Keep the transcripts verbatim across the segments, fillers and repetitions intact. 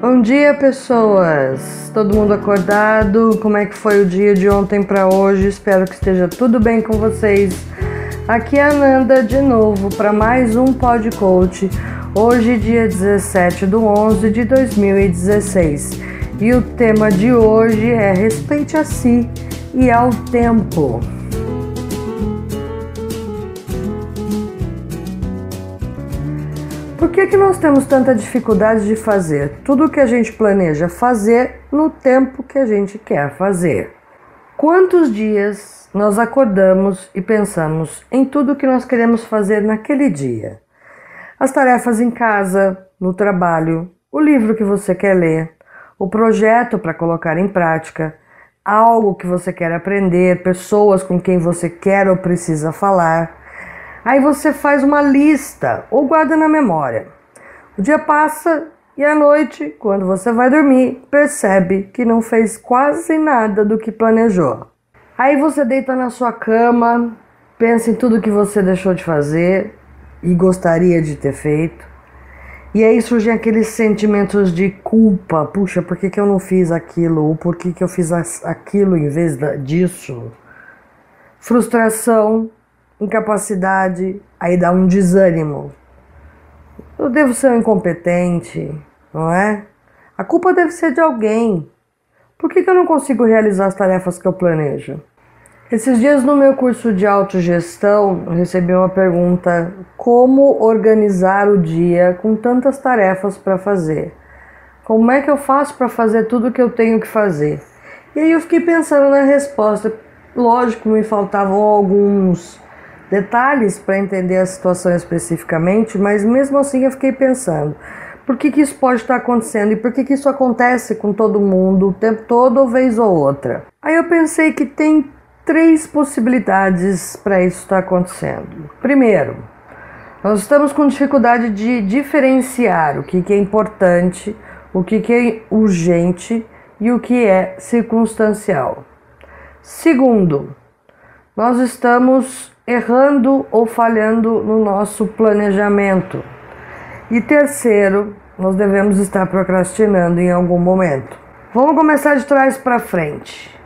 Bom dia, pessoas! Todo mundo acordado? Como é que foi o dia de ontem para hoje? Espero que esteja tudo bem com vocês. Aqui é a Nanda de novo para mais um Pod Coach. Hoje, dia dezessete de onze de dois mil e dezesseis. E o tema de hoje é respeite a si e ao tempo. Por que que nós temos tanta dificuldade de fazer tudo o que a gente planeja fazer no tempo que a gente quer fazer? Quantos dias nós acordamos e pensamos em tudo o que nós queremos fazer naquele dia? As tarefas em casa, no trabalho, o livro que você quer ler, o projeto para colocar em prática, algo que você quer aprender, pessoas com quem você quer ou precisa falar. Aí você faz uma lista ou guarda na memória. O dia passa e à noite, quando você vai dormir, percebe que não fez quase nada do que planejou. Aí você deita na sua cama, pensa em tudo que você deixou de fazer e gostaria de ter feito. E aí surgem aqueles sentimentos de culpa. Puxa, por que que eu não fiz aquilo? Ou por que que eu fiz aquilo em vez disso? Frustração, incapacidade, aí dá um desânimo. Eu devo ser um incompetente, não é? A culpa deve ser de alguém. Por que que eu não consigo realizar as tarefas que eu planejo? Esses dias no meu curso de autogestão, eu recebi uma pergunta: como organizar o dia com tantas tarefas para fazer? Como é que eu faço para fazer tudo o que eu tenho que fazer? E aí eu fiquei pensando na resposta. Lógico, me faltavam alguns detalhes para entender a situação especificamente, mas mesmo assim eu fiquei pensando, por que que isso pode estar acontecendo e por que que isso acontece com todo mundo o tempo todo ou vez ou outra? Aí eu pensei que tem três possibilidades para isso estar acontecendo. Primeiro, nós estamos com dificuldade de diferenciar o que que é importante, o que que é urgente e o que é circunstancial. Segundo, nós estamos errando ou falhando no nosso planejamento. E terceiro, nós devemos estar procrastinando em algum momento. Vamos começar de trás para frente.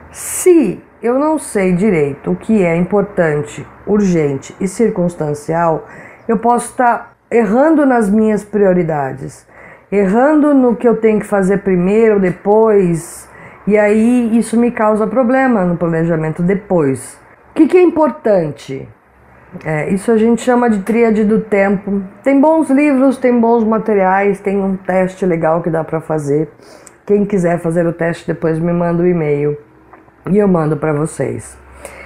Se eu não sei direito o que é importante, urgente e circunstancial, eu posso estar errando nas minhas prioridades, errando no que eu tenho que fazer primeiro ou depois, e aí isso me causa problema no planejamento depois. O que que é importante? É, isso a gente chama de tríade do tempo. Tem bons livros, tem bons materiais, tem um teste legal que dá para fazer. Quem quiser fazer o teste depois me manda o e-mail e eu mando para vocês.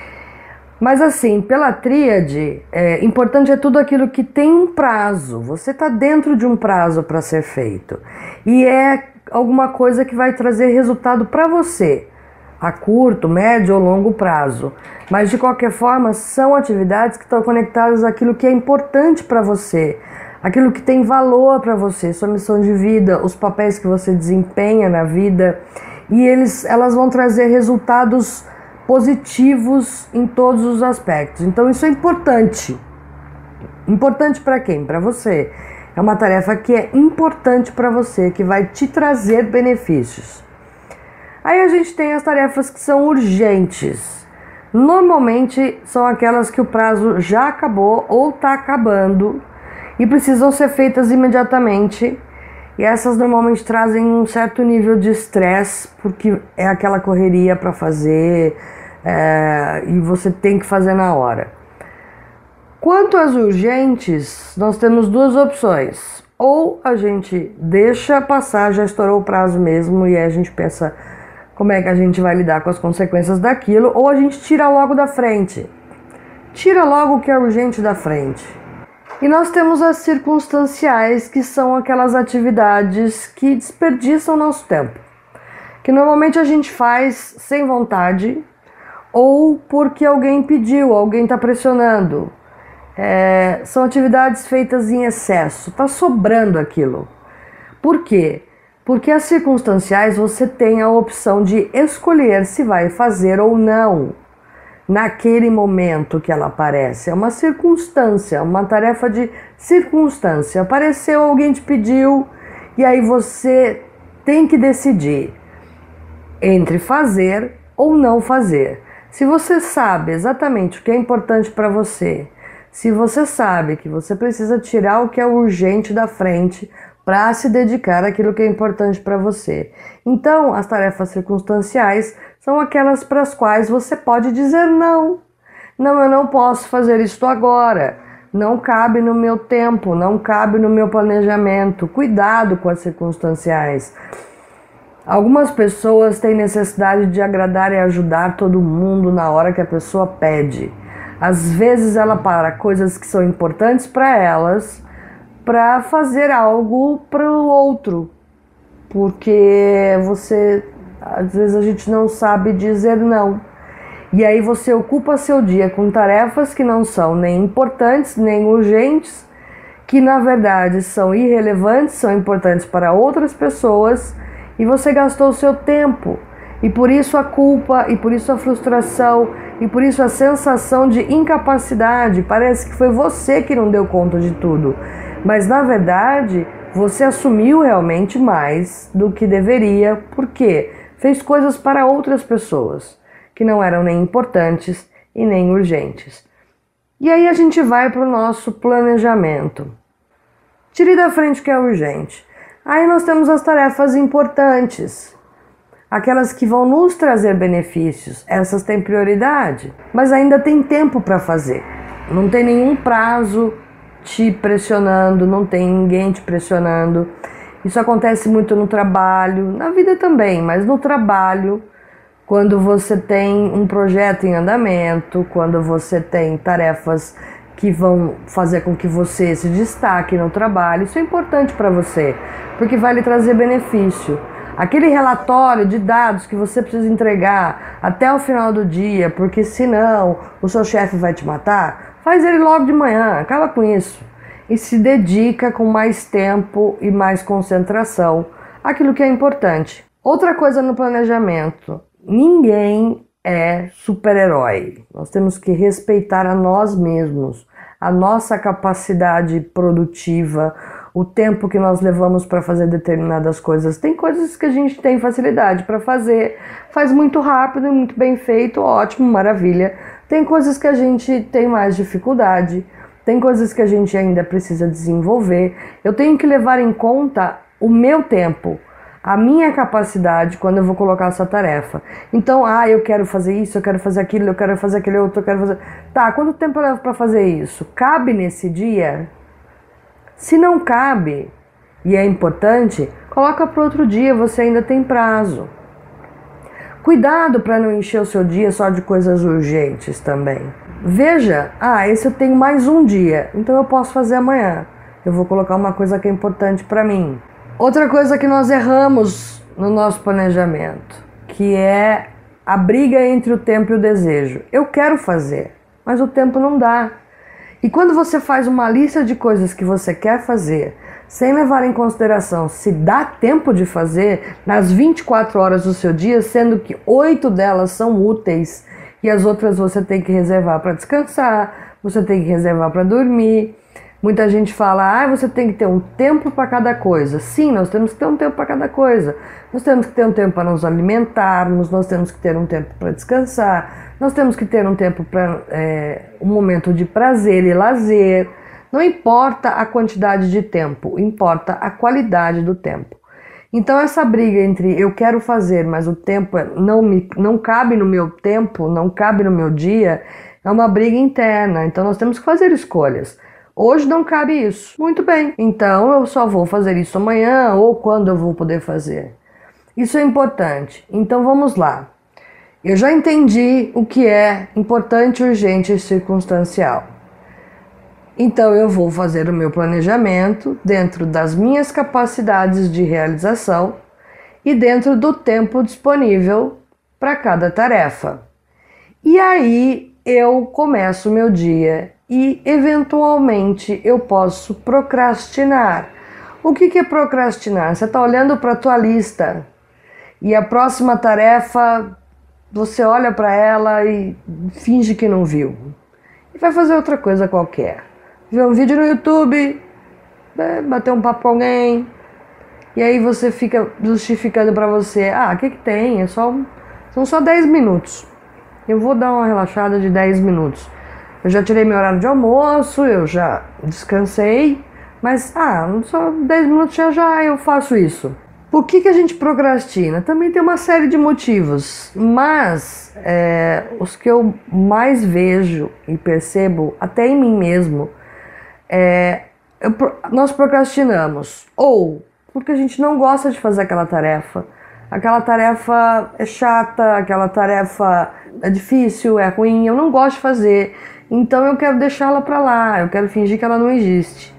Mas assim, pela tríade, é, importante é tudo aquilo que tem um prazo. Você está dentro de um prazo para ser feito. E é alguma coisa que vai trazer resultado para você, a curto, médio ou longo prazo. Mas de qualquer forma, são atividades que estão conectadas àquilo que é importante para você, aquilo que tem valor para você, sua missão de vida, os papéis que você desempenha na vida, e eles, elas vão trazer resultados positivos em todos os aspectos. Então isso é importante. Importante para quem? Para você. É uma tarefa que é importante para você, que vai te trazer benefícios. Aí a gente tem as tarefas que são urgentes. Normalmente são aquelas que o prazo já acabou ou está acabando e precisam ser feitas imediatamente. E essas normalmente trazem um certo nível de estresse, porque é aquela correria para fazer é, e você tem que fazer na hora. Quanto às urgentes, nós temos duas opções. Ou a gente deixa passar, já estourou o prazo mesmo, e aí a gente pensa como é que a gente vai lidar com as consequências daquilo, ou a gente tira logo da frente. Tira logo o que é urgente da frente. E nós temos as circunstanciais, que são aquelas atividades que desperdiçam nosso tempo, que normalmente a gente faz sem vontade ou porque alguém pediu, alguém está pressionando. É, são atividades feitas em excesso, está sobrando aquilo. Por quê? Porque as circunstanciais você tem a opção de escolher se vai fazer ou não naquele momento que ela aparece. É uma circunstância, uma tarefa de circunstância. Apareceu, alguém te pediu, e aí você tem que decidir entre fazer ou não fazer. Se você sabe exatamente o que é importante para você, se você sabe que você precisa tirar o que é urgente da frente para se dedicar àquilo que é importante para você, então as tarefas circunstanciais são aquelas para as quais você pode dizer não. Não, eu não posso fazer isso agora. Não cabe no meu tempo, não cabe no meu planejamento. Cuidado com as circunstanciais. Algumas pessoas têm necessidade de agradar e ajudar todo mundo na hora que a pessoa pede. Às vezes ela para coisas que são importantes para elas para fazer algo para o outro. Porque você, às vezes a gente não sabe dizer não. E aí você ocupa seu dia com tarefas que não são nem importantes, nem urgentes, que na verdade são irrelevantes, são importantes para outras pessoas, e você gastou o seu tempo. E por isso a culpa, e por isso a frustração, e por isso a sensação de incapacidade. Parece que foi você que não deu conta de tudo. Mas na verdade, você assumiu realmente mais do que deveria, porque fez coisas para outras pessoas que não eram nem importantes e nem urgentes. E aí a gente vai para o nosso planejamento. Tire da frente o que é urgente. Aí nós temos as tarefas importantes, aquelas que vão nos trazer benefícios. Essas têm prioridade, mas ainda tem tempo para fazer. Não tem nenhum prazo te pressionando, não tem ninguém te pressionando. Isso acontece muito no trabalho, na vida também, mas no trabalho, quando você tem um projeto em andamento, quando você tem tarefas que vão fazer com que você se destaque no trabalho, isso é importante para você, porque vai lhe trazer benefício. Aquele relatório de dados que você precisa entregar até o final do dia, porque senão o seu chefe vai te matar, faz ele logo de manhã, acaba com isso. E se dedica com mais tempo e mais concentração àquilo que é importante. Outra coisa no planejamento, ninguém é super-herói. Nós temos que respeitar a nós mesmos, a nossa capacidade produtiva, o tempo que nós levamos para fazer determinadas coisas. Tem coisas que a gente tem facilidade para fazer, faz muito rápido e muito bem feito, ótimo, maravilha. Tem coisas que a gente tem mais dificuldade, tem coisas que a gente ainda precisa desenvolver. Eu tenho que levar em conta o meu tempo, a minha capacidade quando eu vou colocar essa tarefa. Então, ah, eu quero fazer isso, eu quero fazer aquilo, eu quero fazer aquele outro, eu quero fazer... Tá, quanto tempo eu levo para fazer isso? Cabe nesse dia? Se não cabe, e é importante, coloca para outro dia, você ainda tem prazo. Cuidado para não encher o seu dia só de coisas urgentes também. Veja, ah, esse eu tenho mais um dia, então eu posso fazer amanhã. Eu vou colocar uma coisa que é importante para mim. Outra coisa que nós erramos no nosso planejamento, que é a briga entre o tempo e o desejo. Eu quero fazer, mas o tempo não dá. E quando você faz uma lista de coisas que você quer fazer, sem levar em consideração se dá tempo de fazer nas vinte e quatro horas do seu dia, sendo que oito delas são úteis e as outras você tem que reservar para descansar, você tem que reservar para dormir. Muita gente fala, ah, você tem que ter um tempo para cada coisa. Sim, nós temos que ter um tempo para cada coisa. Nós temos que ter um tempo para nos alimentarmos, nós temos que ter um tempo para descansar, nós temos que ter um tempo para é, um momento de prazer e lazer. Não importa a quantidade de tempo, importa a qualidade do tempo. Então essa briga entre eu quero fazer, mas o tempo não, me, não cabe no meu tempo, não cabe no meu dia, é uma briga interna. Então nós temos que fazer escolhas. Hoje não cabe isso. Muito bem, então eu só vou fazer isso amanhã ou quando eu vou poder fazer. Isso é importante. Então vamos lá. Eu já entendi o que é importante, urgente e circunstancial. Então eu vou fazer o meu planejamento dentro das minhas capacidades de realização e dentro do tempo disponível para cada tarefa. E aí eu começo o meu dia e eventualmente eu posso procrastinar. O que que é procrastinar? Você está olhando para a tua lista e a próxima tarefa você olha para ela e finge que não viu. E vai fazer outra coisa qualquer. Ver um vídeo no YouTube, bater um papo com alguém, e aí você fica justificando para você, ah, o que que tem? É só, são só dez minutos. Eu vou dar uma relaxada de dez minutos. Eu já tirei meu horário de almoço, eu já descansei, mas, ah, só dez minutos já já eu faço isso. Por que que a gente procrastina? Também tem uma série de motivos, mas é, os que eu mais vejo e percebo, até em mim mesmo, é, eu, nós procrastinamos ou porque a gente não gosta de fazer aquela tarefa, aquela tarefa é chata, aquela tarefa é difícil, é ruim, eu não gosto de fazer, então eu quero deixá-la para lá, eu quero fingir que ela não existe.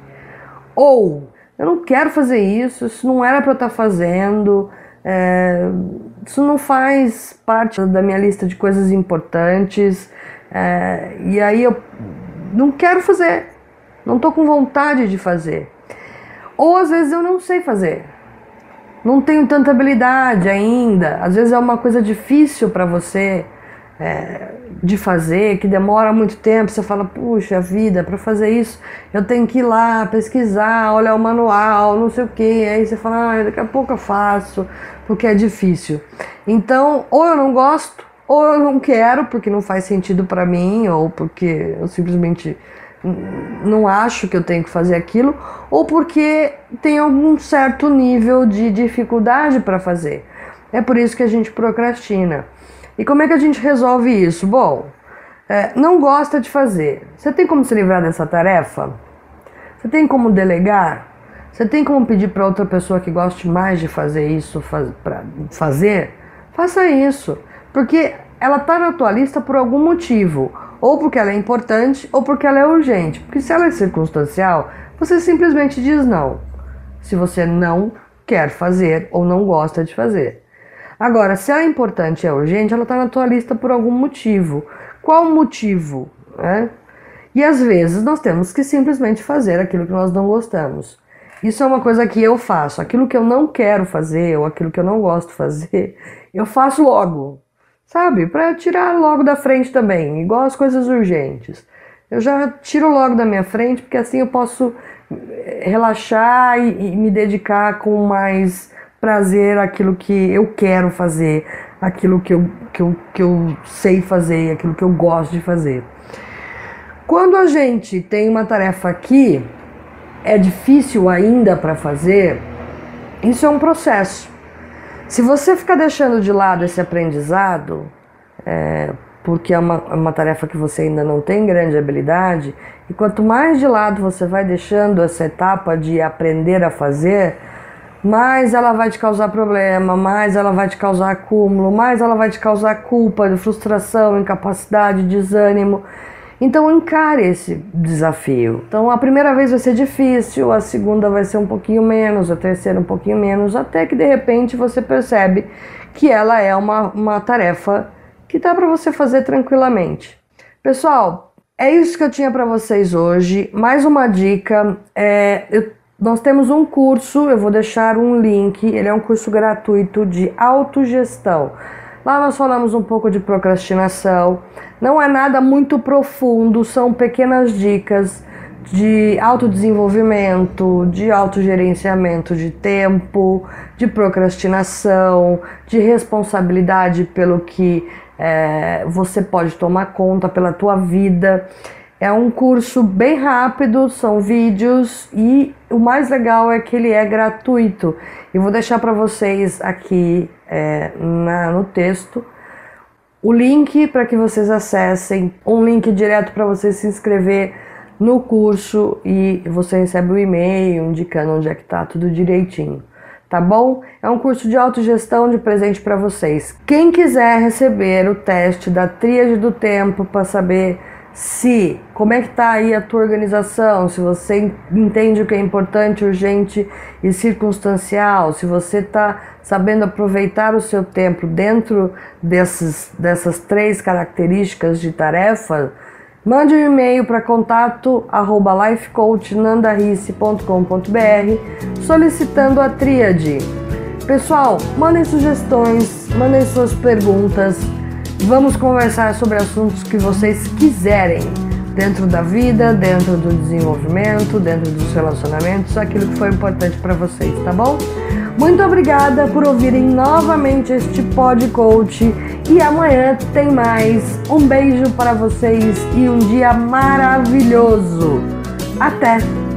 Ou eu não quero fazer isso, isso não era para eu estar fazendo, é, isso não faz parte da minha lista de coisas importantes, é, e aí eu não quero fazer, não estou com vontade de fazer. Ou às vezes eu não sei fazer, não tenho tanta habilidade ainda, às vezes é uma coisa difícil para você é, de fazer, que demora muito tempo, você fala, puxa vida, para fazer isso eu tenho que ir lá, pesquisar, olhar o manual, não sei o que, aí você fala, ah, daqui a pouco eu faço, porque é difícil. Então, ou eu não gosto, ou eu não quero, porque não faz sentido para mim, ou porque eu simplesmente não acho que eu tenho que fazer aquilo, ou porque tem algum certo nível de dificuldade para fazer. É por isso que a gente procrastina. E como é que a gente resolve isso? Bom, é, não gosta de fazer. Você tem como se livrar dessa tarefa? Você tem como delegar? Você tem como pedir para outra pessoa que goste mais de fazer isso, faz, para fazer? Faça isso, porque ela está na tua lista por algum motivo, ou porque ela é importante, ou porque ela é urgente. Porque se ela é circunstancial, você simplesmente diz não, se você não quer fazer ou não gosta de fazer. Agora, se ela é importante e é urgente, ela está na tua lista por algum motivo. Qual o motivo? Né? E às vezes nós temos que simplesmente fazer aquilo que nós não gostamos. Isso é uma coisa que eu faço. Aquilo que eu não quero fazer ou aquilo que eu não gosto de fazer, eu faço logo. Sabe? Para tirar logo da frente também, igual as coisas urgentes. Eu já tiro logo da minha frente, porque assim eu posso relaxar e, e me dedicar com mais prazer àquilo que eu quero fazer, aquilo que eu, que, eu, que eu sei fazer, aquilo que eu gosto de fazer. Quando a gente tem uma tarefa que é difícil ainda para fazer, isso é um processo. Se você ficar deixando de lado esse aprendizado, é, porque é uma, uma tarefa que você ainda não tem grande habilidade, e quanto mais de lado você vai deixando essa etapa de aprender a fazer, mais ela vai te causar problema, mais ela vai te causar acúmulo, mais ela vai te causar culpa, frustração, incapacidade, desânimo. Então encare esse desafio. Então a primeira vez vai ser difícil, a segunda vai ser um pouquinho menos, a terceira um pouquinho menos, até que de repente você percebe que ela é uma, uma tarefa que dá para você fazer tranquilamente. Pessoal, é isso que eu tinha para vocês hoje. Mais uma dica, é, eu, nós temos um curso, eu vou deixar um link, ele é um curso gratuito de autogestão. Lá nós falamos um pouco de procrastinação, não é nada muito profundo, são pequenas dicas de autodesenvolvimento, de autogerenciamento de tempo, de procrastinação, de responsabilidade pelo que é, você pode tomar conta pela tua vida. É um curso bem rápido, são vídeos e o mais legal é que ele é gratuito. Eu vou deixar para vocês aqui é, na, no texto o link para que vocês acessem, um link direto para você se inscrever no curso e você recebe um e-mail indicando onde é que tá tudo direitinho, tá bom? É um curso de autogestão de presente para vocês. Quem quiser receber o teste da Tríade do Tempo para saber se, como é que tá aí a tua organização, se você entende o que é importante, urgente e circunstancial, se você tá sabendo aproveitar o seu tempo dentro desses, dessas três características de tarefa, mande um e-mail para contato arroba lifecoach nandarice ponto com ponto br solicitando a tríade. Pessoal, mandem sugestões, mandem suas perguntas. Vamos conversar sobre assuntos que vocês quiserem, dentro da vida, dentro do desenvolvimento, dentro dos relacionamentos, aquilo que for importante para vocês, tá bom? Muito obrigada por ouvirem novamente este Pod Coach e amanhã tem mais. Um beijo para vocês e um dia maravilhoso. Até!